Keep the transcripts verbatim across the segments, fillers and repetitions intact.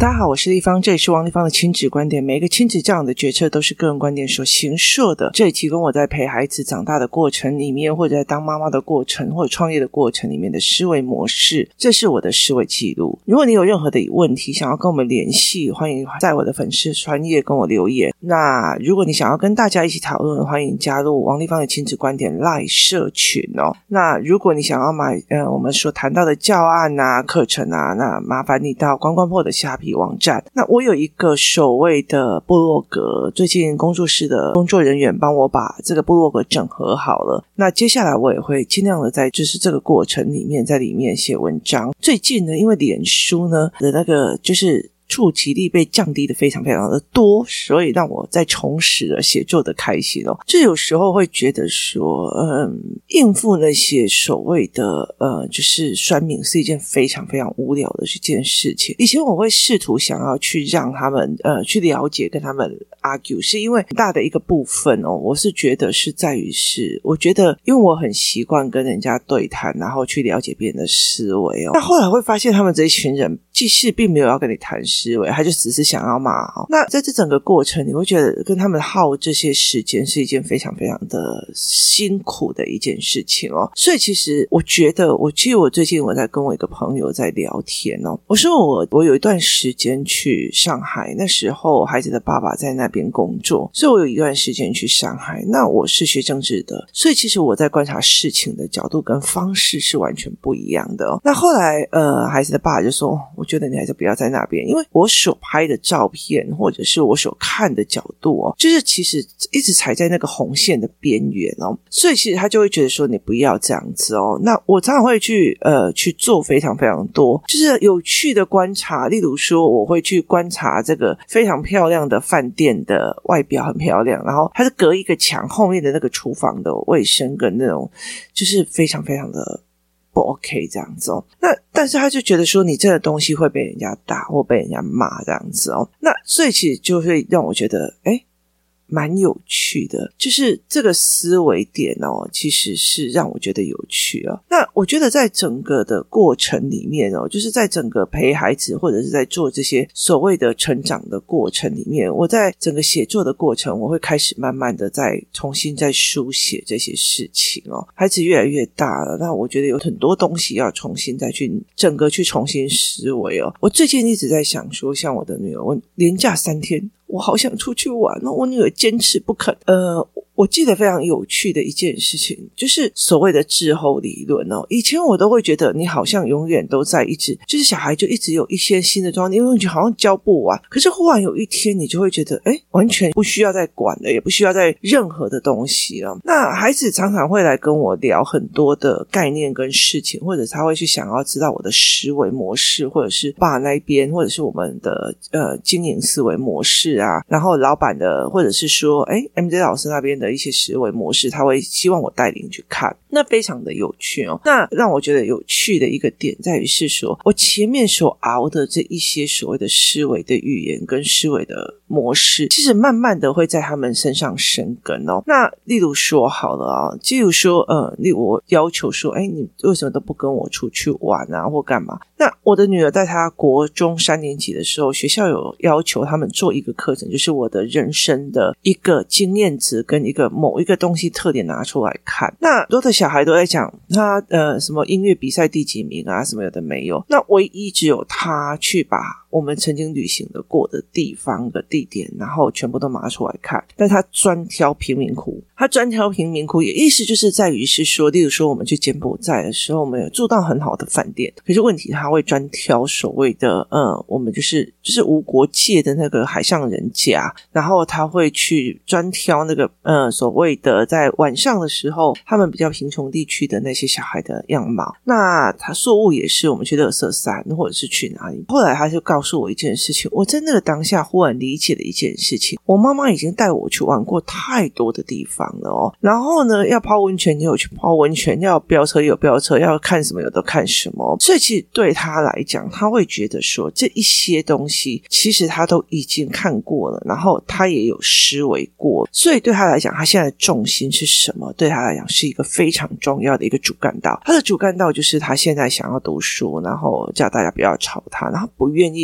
大家好，我是立方，这里是王立方的亲子观点。每一个亲子这样的决策都是个人观点所形塑的，这里提供我在陪孩子长大的过程里面，或者在当妈妈的过程，或者创业的过程里面的思维模式，这是我的思维记录。如果你有任何的问题想要跟我们联系，欢迎在我的粉丝专页跟我留言。那如果你想要跟大家一起讨论，欢迎加入王立方的亲子观点 LINE 社群哦。那如果你想要买呃我们所谈到的教案啊、课程啊，那麻烦你到关关破的虾皮网站。那我有一个所谓的部落格，最近工作室的工作人员帮我把这个部落格整合好了，那接下来我也会尽量的在就是这个过程里面在里面写文章。最近呢，因为脸书呢的那个就是触及力被降低的非常非常的多，所以让我在重拾了写作的开心哦。就有时候会觉得说嗯，应付那些所谓的呃，就是酸民是一件非常非常无聊的一件事情。以前我会试图想要去让他们呃去了解跟他们 argue， 是因为很大的一个部分哦，我是觉得是在于是我觉得因为我很习惯跟人家对谈，然后去了解别人的思维哦。那后来会发现他们这一群人即使并没有要跟你谈思维，他就只是想要骂哦。那在这整个过程你会觉得跟他们耗这些时间是一件非常非常的辛苦的一件事情哦。所以其实我觉得我其实我最近我在跟我一个朋友在聊天哦，我说我我有一段时间去上海，那时候孩子的爸爸在那边工作，所以我有一段时间去上海。那我是学政治的，所以其实我在观察事情的角度跟方式是完全不一样的哦。那后来呃，孩子的爸爸就说我觉得你还是不要在那边，因为我所拍的照片或者是我所看的角度哦，就是其实一直踩在那个红线的边缘哦，所以其实他就会觉得说你不要这样子哦。那我常常会去呃去做非常非常多就是有趣的观察，例如说我会去观察这个非常漂亮的饭店的外表很漂亮，然后它是隔一个墙后面的那个厨房的卫生跟那种就是非常非常的不 OK 这样子哦。那但是他就觉得说你这个东西会被人家打或被人家骂这样子哦。那所以其实就会让我觉得诶蛮有趣的，就是这个思维点哦，其实是让我觉得有趣哦。那我觉得在整个的过程里面哦，就是在整个陪孩子或者是在做这些所谓的成长的过程里面，我在整个写作的过程，我会开始慢慢的再重新再书写这些事情哦。孩子越来越大了，那我觉得有很多东西要重新再去整个去重新思维哦。我最近一直在想说，像我的女儿，我连假三天我好想出去玩哦，我女儿坚持不肯。呃，我记得非常有趣的一件事情，就是所谓的滞后理论哦。以前我都会觉得你好像永远都在一直，就是小孩就一直有一些新的状态，因为你好像教不完。可是忽然有一天，你就会觉得，诶，完全不需要再管了，也不需要再任何的东西了。那孩子常常会来跟我聊很多的概念跟事情，或者他会去想要知道我的思维模式，或者是爸那边，或者是我们的呃经营思维模式啊，然后老板的，或者是说诶 M J 老师那边的一些思维模式，他会希望我带领去看，那非常的有趣哦。那让我觉得有趣的一个点在于是说，我前面所熬的这一些所谓的思维的语言跟思维的模式，其实慢慢的会在他们身上生根哦。那例如说好了啊，例如说呃，例如我要求说，诶你为什么都不跟我出去玩啊或干嘛？那我的女儿在她国中三年级的时候，学校有要求他们做一个课程，就是我的人生的一个经验值跟一个某一个东西特点拿出来看。那很多的小孩都在讲他呃什么音乐比赛第几名啊什么有的没有，那唯一只有他去把我们曾经旅行的过的地方的地点然后全部都拿出来看，但他专挑贫民窟，他专挑贫民窟也意思就是在于是说，例如说我们去柬埔寨的时候，我们有住到很好的饭店，可是问题他会专挑所谓的呃我们就是就是无国界的那个海上人家，然后他会去专挑那个呃所谓的在晚上的时候他们比较贫穷地区的那些小孩的样貌。那他宿务也是我们去垃圾山或者是去哪里，后来他就告诉我一件事情，我在那个当下忽然理解了一件事情，我妈妈已经带我去玩过太多的地方了哦。然后呢，要泡温泉也有去泡温泉，要飙车也有飙车，要看什么有的看什么。所以其实对他来讲，他会觉得说这一些东西其实他都已经看过了，然后他也有思维过，所以对他来讲，他现在的重心是什么？对他来讲是一个非常重要的一个主干道。他的主干道就是他现在想要读书，然后叫大家不要吵他，然后不愿意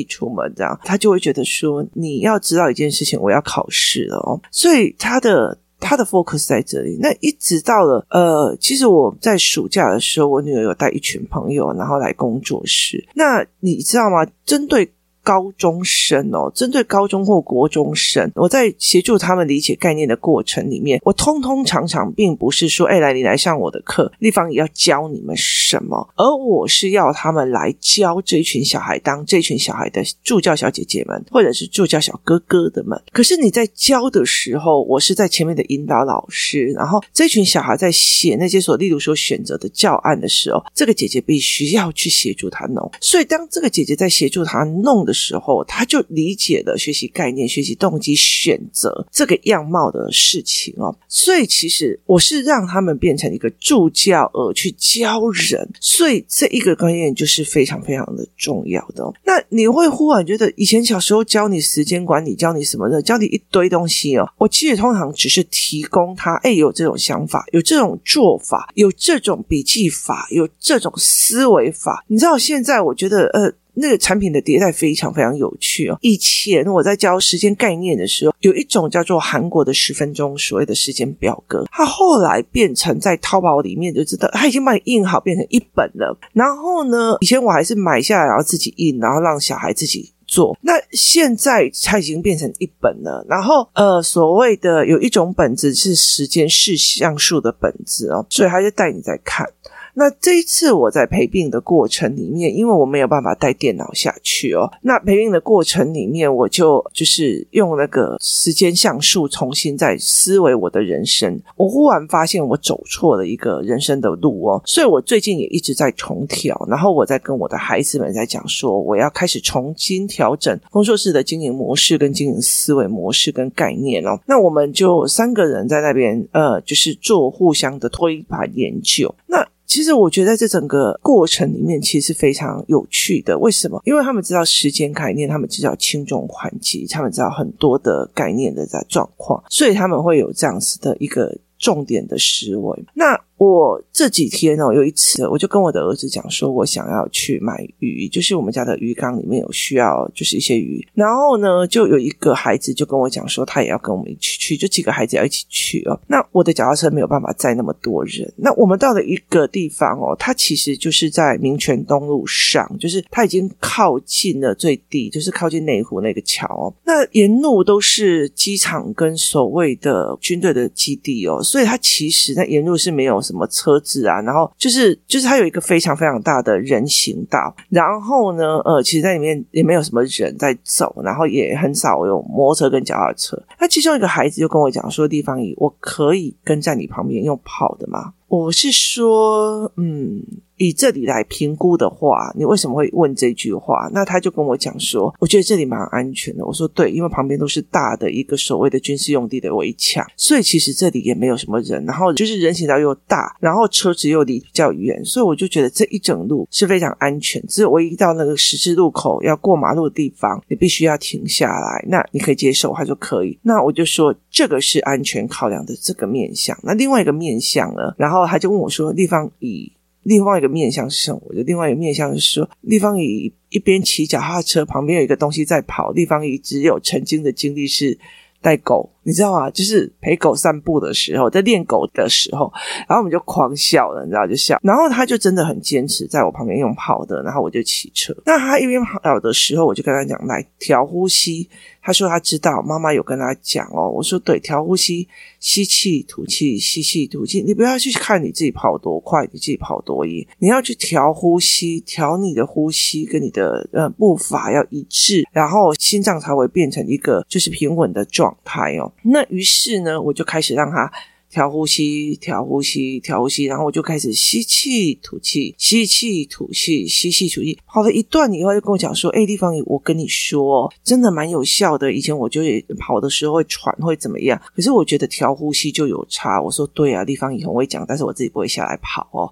意出门这样，他就会觉得说你要知道一件事情，我要考试了哦，所以他的他的 focus 在这里。那一直到了呃，其实我在暑假的时候，我女儿有带一群朋友然后来工作室，那你知道吗，针对高中生哦，针对高中或国中生，我在协助他们理解概念的过程里面，我通通常常并不是说，哎，来你来上我的课，立方也要教你们什么，而我是要他们来教这一群小孩，当这群小孩的助教小姐姐们，或者是助教小哥哥的们。可是你在教的时候，我是在前面的引导老师，然后这群小孩在写那些所例如说选择的教案的时候，这个姐姐必须要去协助他弄。所以当这个姐姐在协助他弄的的时候，他就理解了学习概念、学习动机、选择这个样貌的事情哦。所以其实我是让他们变成一个助教而去教人，所以这一个概念就是非常非常的重要的哦。那你会忽然觉得以前小时候教你时间管理，教你什么的，教你一堆东西哦，我其实通常只是提供他，哎，有这种想法，有这种做法，有这种笔记法，有这种思维法。你知道现在我觉得呃那个产品的迭代非常非常有趣哦。以前我在教时间概念的时候，有一种叫做韩国的十分钟所谓的时间表格，它后来变成在淘宝里面就知道，它已经帮你印好变成一本了。然后呢，以前我还是买下来然后自己印，然后让小孩自己做，那现在它已经变成一本了。然后呃，所谓的有一种本子是时间式像素的本子哦，所以它就带你在看。那这一次我在陪病的过程里面，因为我没有办法带电脑下去哦，那陪病的过程里面我就就是用那个时间像素重新再思维我的人生。我忽然发现我走错了一个人生的路哦，所以我最近也一直在重调，然后我在跟我的孩子们在讲说，我要开始重新调整工作室的经营模式跟经营思维模式跟概念哦。那我们就三个人在那边呃，就是做互相的推盘研究。那其实我觉得在这整个过程里面其实是非常有趣的。为什么？因为他们知道时间概念，他们知道轻重缓急，他们知道很多的概念的在状况，所以他们会有这样子的一个重点的思维。那我这几天哦，有一次我就跟我的儿子讲说，我想要去买鱼，就是我们家的鱼缸里面有需要就是一些鱼，然后呢就有一个孩子就跟我讲说他也要跟我们一起去，就几个孩子要一起去哦。那我的脚踏车没有办法载那么多人，那我们到了一个地方哦，它其实就是在民权东路上，就是它已经靠近了最低，就是靠近内湖那个桥哦。那沿路都是机场跟所谓的军队的基地哦，所以它其实那沿路是没有什么车子啊，然后就是就是它有一个非常非常大的人行道，然后呢呃，其实在里面也没有什么人在走，然后也很少有摩托车跟脚踏车。那其中一个孩子就跟我讲说，地方姨，我可以跟在你旁边用跑的吗？我是说嗯，以这里来评估的话，你为什么会问这句话？那他就跟我讲说，我觉得这里蛮安全的。我说对，因为旁边都是大的一个所谓的军事用地的围墙，所以其实这里也没有什么人，然后就是人行道又大，然后车子又离比较远，所以我就觉得这一整路是非常安全。只有唯一到那个十字路口要过马路的地方，你必须要停下来，那你可以接受，他就可以。那我就说这个是安全考量的这个面向。那另外一个面向呢，然后他就问我说，立方以另外一个面向是什么？我的另外一个面向是说，立方以一边骑脚踏车，旁边有一个东西在跑，立方以只有曾经的经历是带狗，你知道吗？就是陪狗散步的时候，在练狗的时候，然后我们就狂笑了，你知道就笑。然后他就真的很坚持在我旁边用跑的，然后我就骑车。那他一边跑的时候，我就跟他讲，来调呼吸。他说他知道，妈妈有跟他讲哦。我说对，调呼吸，吸气吐气，吸气吐气。你不要去看你自己跑多快，你自己跑多远，你要去调呼吸，调你的呼吸跟你的呃步伐要一致，然后心脏才会变成一个就是平稳的状态哦。那于是呢，我就开始让他调呼吸，调呼吸，调呼吸，然后我就开始吸气吐气，吸气吐气，吸气吐气。跑了一段以后就跟我讲说，诶，地方我跟你说真的蛮有效的，以前我就也跑的时候会喘会怎么样，可是我觉得调呼吸就有差。我说对啊，地方也很会讲，但是我自己不会下来跑哦。那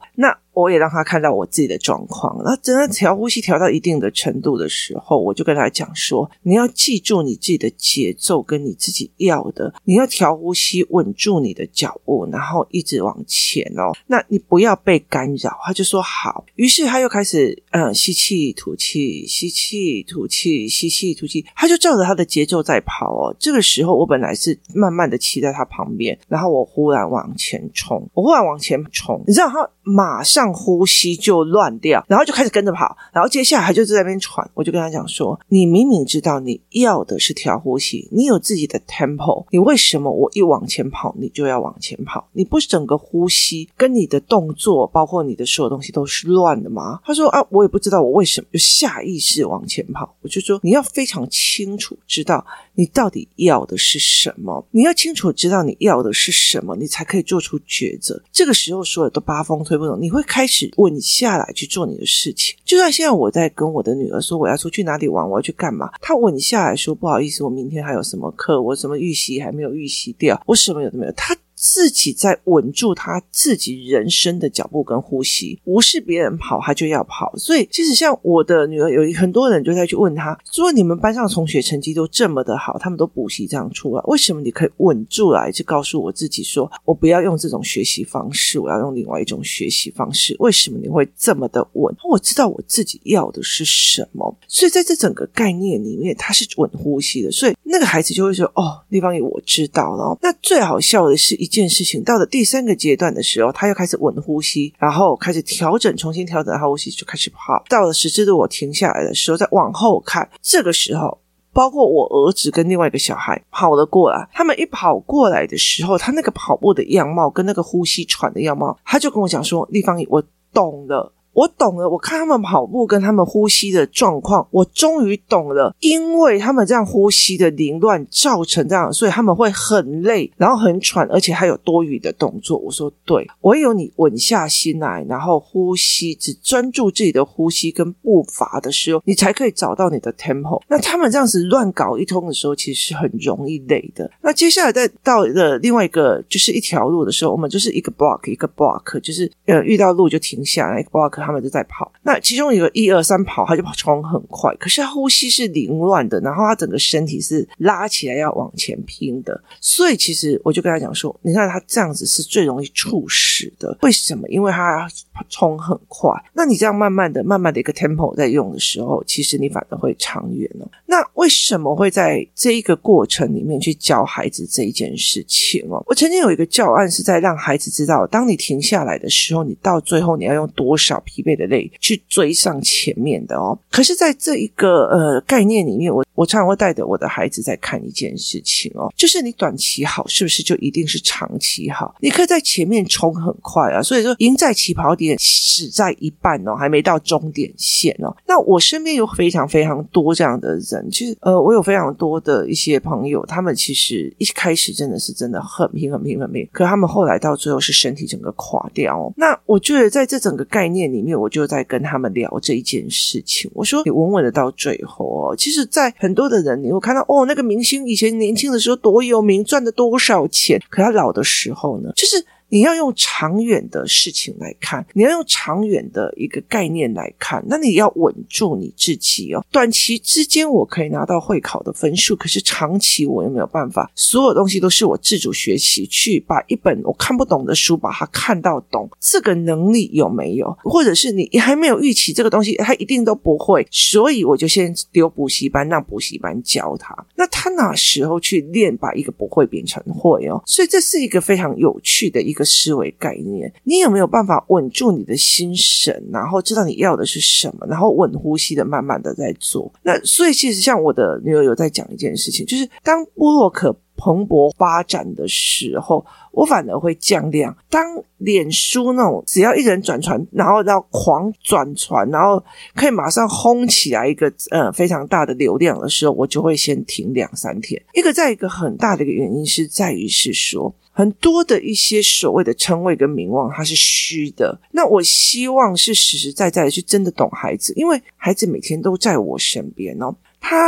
我也让他看到我自己的状况。那真的调呼吸调到一定的程度的时候，我就跟他讲说，你要记住你自己的节奏跟你自己要的，你要调呼吸稳住你的脚步，然后一直往前哦，那你不要被干扰。他就说好，于是他又开始嗯吸气吐气，吸气吐气，吸气吐气，他就照着他的节奏在跑哦。这个时候我本来是慢慢的骑在他旁边，然后我忽然往前冲，我忽然往前冲，你知道他马上呼吸就乱掉，然后就开始跟着跑，然后接下来他就在那边喘。我就跟他讲说，你明明知道你要的是调呼吸，你有自己的 tempo， 你为什么我一往前跑你就要往前跑？你不是整个呼吸跟你的动作包括你的所有东西都是乱的吗？他说啊，我也不知道我为什么就下意识往前跑。我就说你要非常清楚知道你到底要的是什么，你要清楚知道你要的是什么，你才可以做出抉择。这个时候所有的八风推不动，你会开始稳下来去做你的事情。就算现在我在跟我的女儿说我要出去哪里玩，我要去干嘛，她稳下来说不好意思，我明天还有什么课，我什么预习还没有预习掉，我什么有都没有，她自己在稳住他自己人生的脚步跟呼吸，不是别人跑他就要跑。所以其实像我的女儿，有很多人就在去问他说，你们班上同学成绩都这么的好，他们都补习这样出来，为什么你可以稳住来去告诉我自己说，我不要用这种学习方式，我要用另外一种学习方式，为什么你会这么的稳？我知道我自己要的是什么。所以在这整个概念里面他是稳呼吸的，所以那个孩子就会说，哦，地方也我知道了。那最好笑的是一件事情，到了第三个阶段的时候，他又开始稳呼吸，然后开始调整，重新调整他呼吸，就开始跑。到了十字路我停下来的时候，再往后看，这个时候包括我儿子跟另外一个小孩跑了过来，他们一跑过来的时候，他那个跑步的样貌跟那个呼吸喘的样貌，他就跟我讲说，立方我懂了，我懂了，我看他们跑步跟他们呼吸的状况，我终于懂了，因为他们这样呼吸的凌乱造成这样，所以他们会很累，然后很喘，而且还有多余的动作。我说对，唯有你稳下心来，然后呼吸，只专注自己的呼吸跟步伐的时候，你才可以找到你的 tempo。 那他们这样子乱搞一通的时候，其实是很容易累的。那接下来再到了另外一个就是一条路的时候，我们就是一个 block 一个 block， 就是呃遇到路就停下来，一个 block他们就在跑。那其中有个一二三跑，他就跑冲很快，可是他呼吸是凌乱的，然后他整个身体是拉起来要往前拼的。所以其实我就跟他讲说，你看他这样子是最容易猝死的。为什么？因为他冲很快。那你这样慢慢的慢慢的一个 tempo 在用的时候，其实你反而会长远哦。那为什么会在这一个过程里面去教孩子这一件事情哦？我曾经有一个教案是在让孩子知道，当你停下来的时候，你到最后你要用多少疲惫的累去追上前面的哦。可是在这一个呃概念里面，我我常常会带着我的孩子在看一件事情哦，就是你短期好是不是就一定是长期好？你可以在前面冲很快啊，所以说赢在起跑点，死在一半哦，还没到终点线哦。那我身边有非常非常多这样的人，其实呃我有非常多的一些朋友，他们其实一开始真的是真的很拼很拼很拼，可他们后来到最后是身体整个垮掉哦。那我觉得在这整个概念里面，我就在跟他们聊这一件事情。我说你稳稳的到最后哦，其实在很多的人你会看到哦，那个明星以前年轻的时候多有名，赚了多少钱，可他老的时候呢，就是你要用长远的事情来看，你要用长远的一个概念来看，那你要稳住你自己哦。短期之间我可以拿到会考的分数，可是长期我又没有办法，所有东西都是我自主学习，去把一本我看不懂的书把它看到懂，这个能力有没有？或者是你还没有预期这个东西他一定都不会，所以我就先丢补习班，让补习班教他。那他哪时候去练把一个不会变成会哦？所以这是一个非常有趣的一个思维概念。你有没有办法稳住你的心神，然后知道你要的是什么，然后稳呼吸的慢慢的在做。那所以其实像我的女儿有在讲一件事情，就是当部落格蓬勃发展的时候，我反而会降量。当脸书那种只要一人转传，然后要狂转传，然后可以马上轰起来一个呃非常大的流量的时候，我就会先停两三天。一个在一个很大的一个原因是在于是说，很多的一些所谓的称谓跟名望它是虚的，那我希望是实实在在的去真的懂孩子，因为孩子每天都在我身边哦，他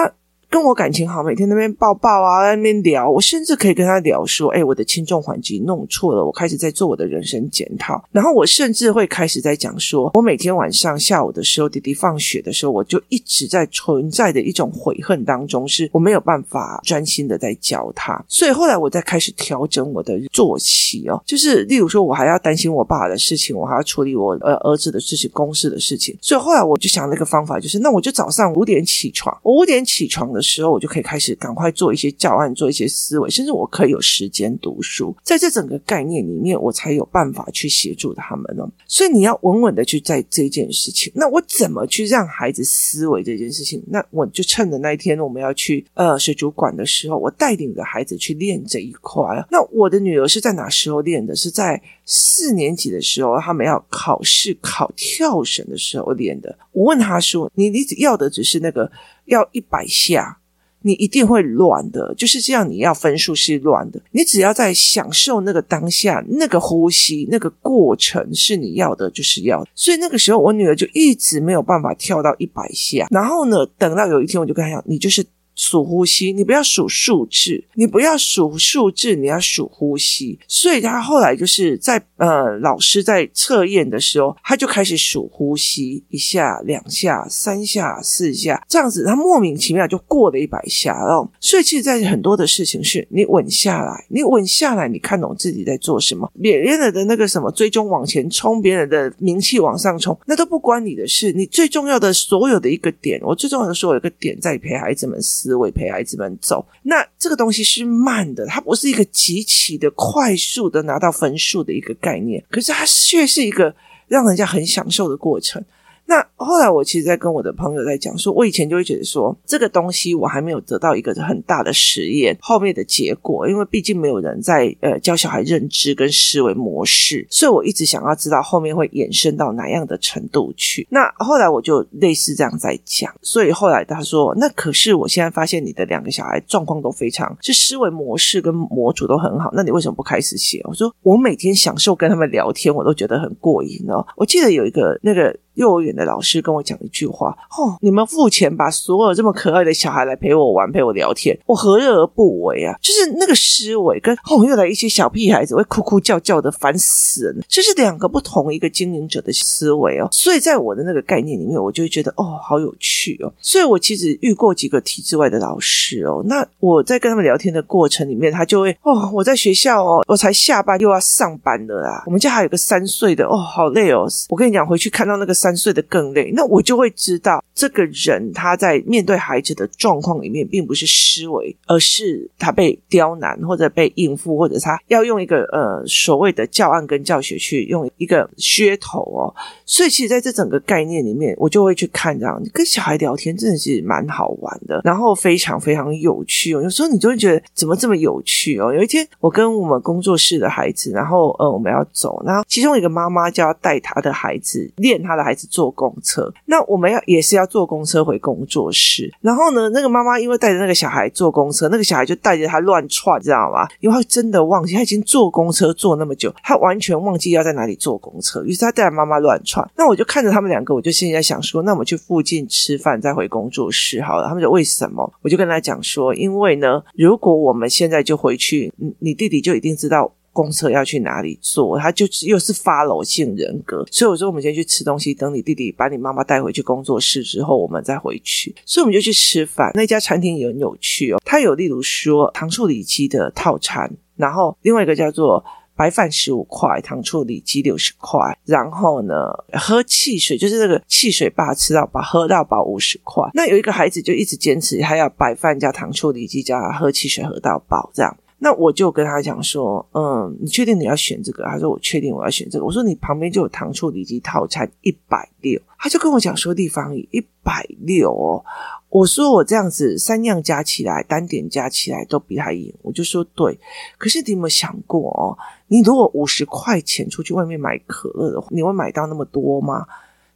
跟我感情好，每天那边抱抱啊，在那边聊，我甚至可以跟他聊说，哎，我的轻重缓急弄错了，我开始在做我的人生检讨。然后我甚至会开始在讲说，我每天晚上下午的时候，弟弟放学的时候，我就一直在存在的一种悔恨当中，是我没有办法专心的在教他。所以后来我再开始调整我的作息哦，就是例如说我还要担心我爸的事情，我还要处理我呃儿子的事情，公事的事情。所以后来我就想了一个方法，就是那我就早上五点起床，我五点起床的时候，我就可以开始赶快做一些教案，做一些思维，甚至我可以有时间读书。在这整个概念里面，我才有办法去协助他们哦。所以你要稳稳的去在这件事情，那我怎么去让孩子思维这件事情？那我就趁着那一天我们要去呃水族馆的时候，我带领着孩子去练这一块。那我的女儿是在哪时候练的？是在四年级的时候，他们要考试考跳绳的时候练的。我问他说，你你要的只是那个要一百下，你一定会乱的，就是这样，你要分数是乱的，你只要在享受那个当下，那个呼吸，那个过程是你要的，就是要的。所以那个时候我女儿就一直没有办法跳到一百下。然后呢，等到有一天我就跟她讲，你就是数呼吸，你不要数数字，你不要数数字，你要数呼吸。所以他后来就是在呃老师在测验的时候，他就开始数呼吸，一下两下三下四下，这样子他莫名其妙就过了一百下了。所以其实在很多的事情是你稳下来，你稳下来，你看懂自己在做什么，别人的那个什么追踪往前冲，别人的名气往上冲，那都不关你的事。你最重要的所有的一个点，我最重要的所有一个点在陪孩子们思维，陪孩子们走。那这个东西是慢的，它不是一个极其的快速的拿到分数的一个概念，可是它却是一个让人家很享受的过程。那后来我其实在跟我的朋友在讲说，我以前就会觉得说这个东西我还没有得到一个很大的实验后面的结果，因为毕竟没有人在呃教小孩认知跟思维模式，所以我一直想要知道后面会衍生到哪样的程度去。那后来我就类似这样在讲，所以后来他说，那可是我现在发现你的两个小孩状况都非常，是思维模式跟模组都很好，那你为什么不开始写？我说我每天享受跟他们聊天，我都觉得很过瘾哦。我记得有一个那个幼儿园的老师跟我讲一句话，哦，你们付钱把所有这么可爱的小孩来陪我玩陪我聊天，我何乐而不为啊？就是那个思维跟哦又来一些小屁孩子会哭哭叫叫的，烦死人，这是两个不同一个经营者的思维哦。所以在我的那个概念里面，我就会觉得哦好有趣哦。所以我其实遇过几个体制外的老师哦，那我在跟他们聊天的过程里面，他就会哦我在学校哦，我才下班又要上班了啦，我们家还有个三岁的哦好累哦，我跟你讲回去看到那个三岁的更累，那我就会知道这个人他在面对孩子的状况里面并不是思维，而是他被刁难或者被应付，或者他要用一个呃所谓的教案跟教学去用一个噱头哦。所以其实在这整个概念里面，我就会去看这样跟小孩聊天真的是蛮好玩的，然后非常非常有趣哦。有时候你就会觉得怎么这么有趣哦。有一天我跟我们工作室的孩子，然后呃我们要走，然后其中一个妈妈就要带她的孩子练她的孩子坐公车，那我们要也是要坐公车回工作室，然后呢那个妈妈因为带着那个小孩坐公车，那个小孩就带着他乱窜，知道吗？因为他真的忘记他已经坐公车坐那么久，他完全忘记要在哪里坐公车，于是他带着妈妈乱窜。那我就看着他们两个，我就现在想说，那我们去附近吃饭再回工作室好了。他们就为什么？我就跟他讲说，因为呢如果我们现在就回去，你弟弟就一定知道公车要去哪里坐，他就又是follow性人格，所以我说我们先去吃东西，等你弟弟把你妈妈带回去工作室之后我们再回去。所以我们就去吃饭，那家餐厅也很有趣哦，它有例如说糖醋里脊的套餐，然后另外一个叫做白饭十五块，糖醋里脊六十块，然后呢喝汽水，就是那个汽水吧吃到饱，喝到饱五十块。那有一个孩子就一直坚持他要白饭加糖醋里脊加喝汽水喝到饱这样。那我就跟他讲说，嗯，你确定你要选这个？他说我确定我要选这个。我说你旁边就有糖醋里脊套餐一百六十，他就跟我讲说地方语一百六十哦。我说我这样子三样加起来单点加起来都比他赢，我就说对。可是你有没有想过哦，你如果五十块钱出去外面买可乐的话，你会买到那么多吗？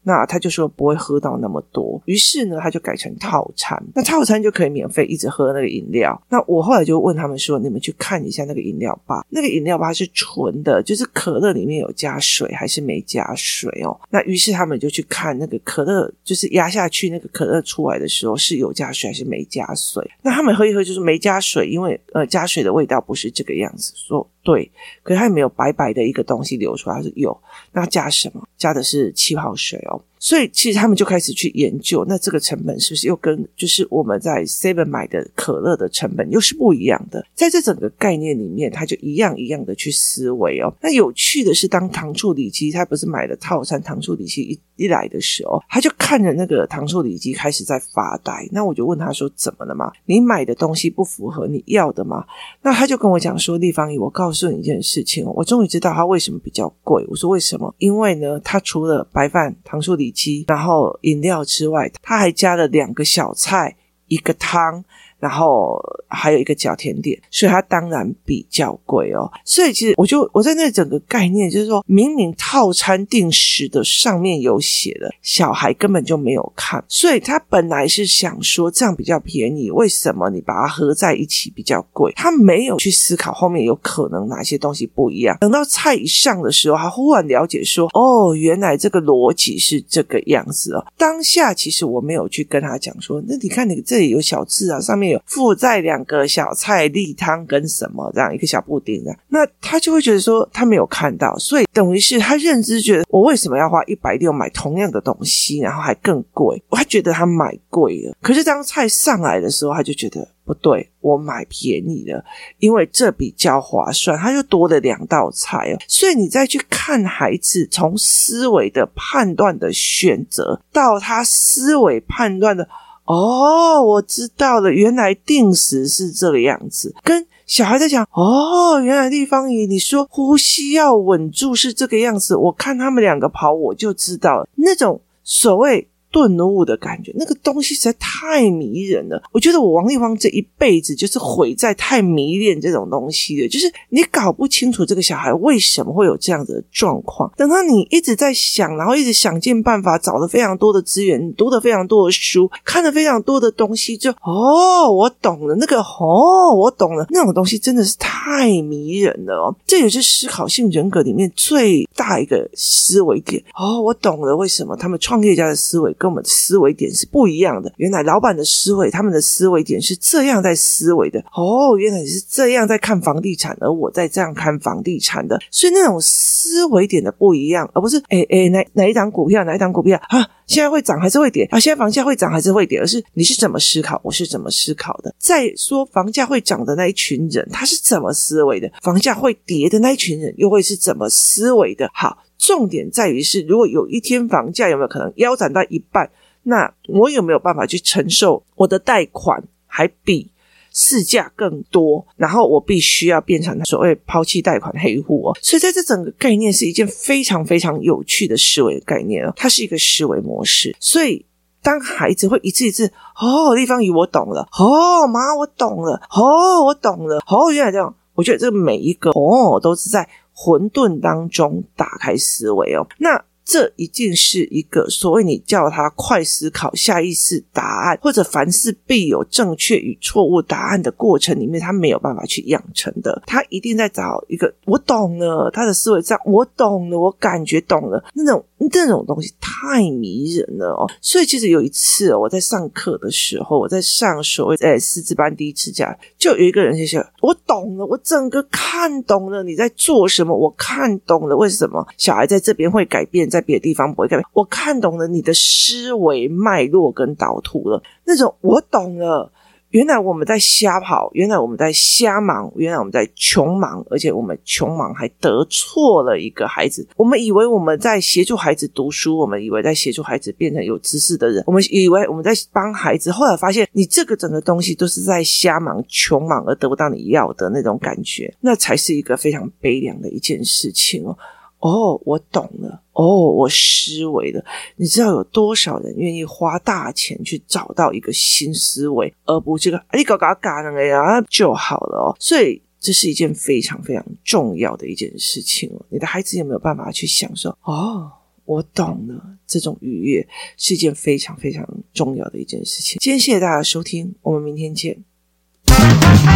那他就说不会喝到那么多，于是呢他就改成套餐，那套餐就可以免费一直喝那个饮料。那我后来就问他们说，你们去看一下那个饮料吧，那个饮料吧是纯的，就是可乐里面有加水还是没加水哦。那于是他们就去看那个可乐，就是压下去那个可乐出来的时候是有加水还是没加水。那他们喝一喝就是没加水，因为呃加水的味道不是这个样子，说对，可是它也没有白白的一个东西流出来，它是有，那加什么？加的是气泡水哦。所以其实他们就开始去研究，那这个成本是不是又跟就是我们在 seven 买的可乐的成本又是不一样的。在这整个概念里面，他就一样一样的去思维哦。那有趣的是，当糖醋里脊他不是买了套餐糖醋里脊一一来的时候，他就看着那个糖醋里脊开始在发呆。那我就问他说，怎么了嘛？你买的东西不符合你要的吗？那他就跟我讲说，立方姨，我告诉你一件事情，我终于知道它为什么比较贵。我说为什么？因为呢，它除了白饭、糖醋里脊然后饮料之外，它还加了两个小菜，一个汤，然后还有一个小甜点，所以它当然比较贵哦。所以其实我就我在那整个概念就是说，明明套餐定时的上面有写的，小孩根本就没有看，所以他本来是想说这样比较便宜，为什么你把它合在一起比较贵？他没有去思考后面有可能哪些东西不一样。等到菜一上的时候，他忽然了解说，哦，原来这个逻辑是这个样子哦。当下其实我没有去跟他讲说，那你看你这里有小字啊，上面有附在两个小菜例汤跟什么这样一个小布丁这样，那他就会觉得说他没有看到，所以等于是他认知觉得我为什么要花一百六买同样的东西，然后还更贵，他觉得他买贵了。可是当菜上来的时候，他就觉得不对，我买便宜了，因为这比较划算，他就多了两道菜哦。所以你再去看孩子从思维的判断的选择到他思维判断的，哦，我知道了，原来定时是这个样子，跟小孩在讲，哦，原来立方姨你说呼吸要稳住是这个样子，我看他们两个跑我就知道了，那种所谓顿悟的感觉，那个东西实在太迷人了。我觉得我王立芳这一辈子就是毁在太迷恋这种东西了，就是你搞不清楚这个小孩为什么会有这样子的状况，等到你一直在想，然后一直想尽办法，找了非常多的资源，读了非常多的书，看了非常多的东西，就哦我懂了，那个哦我懂了，那种东西真的是太迷人了哦。这也是思考性人格里面最大一个思维点。哦我懂了，为什么他们创业家的思维跟我们的思维点是不一样的，原来老板的思维他们的思维点是这样在思维的，哦原来你是这样在看房地产，而我在这样看房地产的，所以那种思维点的不一样，而不是诶诶哪哪一档股票哪一档股票啊现在会涨还是会跌啊，现在房价会涨还是会跌，而是你是怎么思考，我是怎么思考的。再说房价会涨的那一群人他是怎么思维的，房价会跌的那一群人又会是怎么思维的。好，重点在于是如果有一天房价有没有可能腰斩到一半，那我有没有办法去承受我的贷款还比市价更多，然后我必须要变成所谓抛弃贷款黑户哦。所以在这整个概念是一件非常非常有趣的思维概念哦，它是一个思维模式。所以当孩子会一次一次，哦立方姨我懂了，哦妈我懂了，哦我懂了，哦原来这样，我觉得这每一个哦都是在混沌当中打开思维哦。那这一定是一个所谓你叫他快思考下意识答案，或者凡事必有正确与错误答案的过程里面，他没有办法去养成的。他一定在找一个我懂了，他的思维这样，我懂了，我感觉懂了，那种那种东西太迷人了哦。所以其实有一次、哦、我在上课的时候，我在上所谓诶师资班第一次讲，就有一个人就说我懂了，我整个看懂了你在做什么，我看懂了为什么小孩在这边会改变，在别的地方不会改变，我看懂了你的思维脉络跟导图了，那种我懂了，原来我们在瞎跑，原来我们在瞎忙，原来我们在穷忙，而且我们穷忙还得错了一个孩子。我们以为我们在协助孩子读书，我们以为在协助孩子变成有知识的人，我们以为我们在帮孩子，后来发现你这个整个东西都是在瞎忙穷忙而得不到你要的那种感觉，那才是一个非常悲凉的一件事情哦。哦我懂了，哦我思维了，你知道有多少人愿意花大钱去找到一个新思维，而不这个你搞搞搞那个呀就好了哦。所以这是一件非常非常重要的一件事情哦。你的孩子有没有办法去想说，哦我懂了，这种愉悦是一件非常非常重要的一件事情。今天谢谢大家的收听，我们明天见。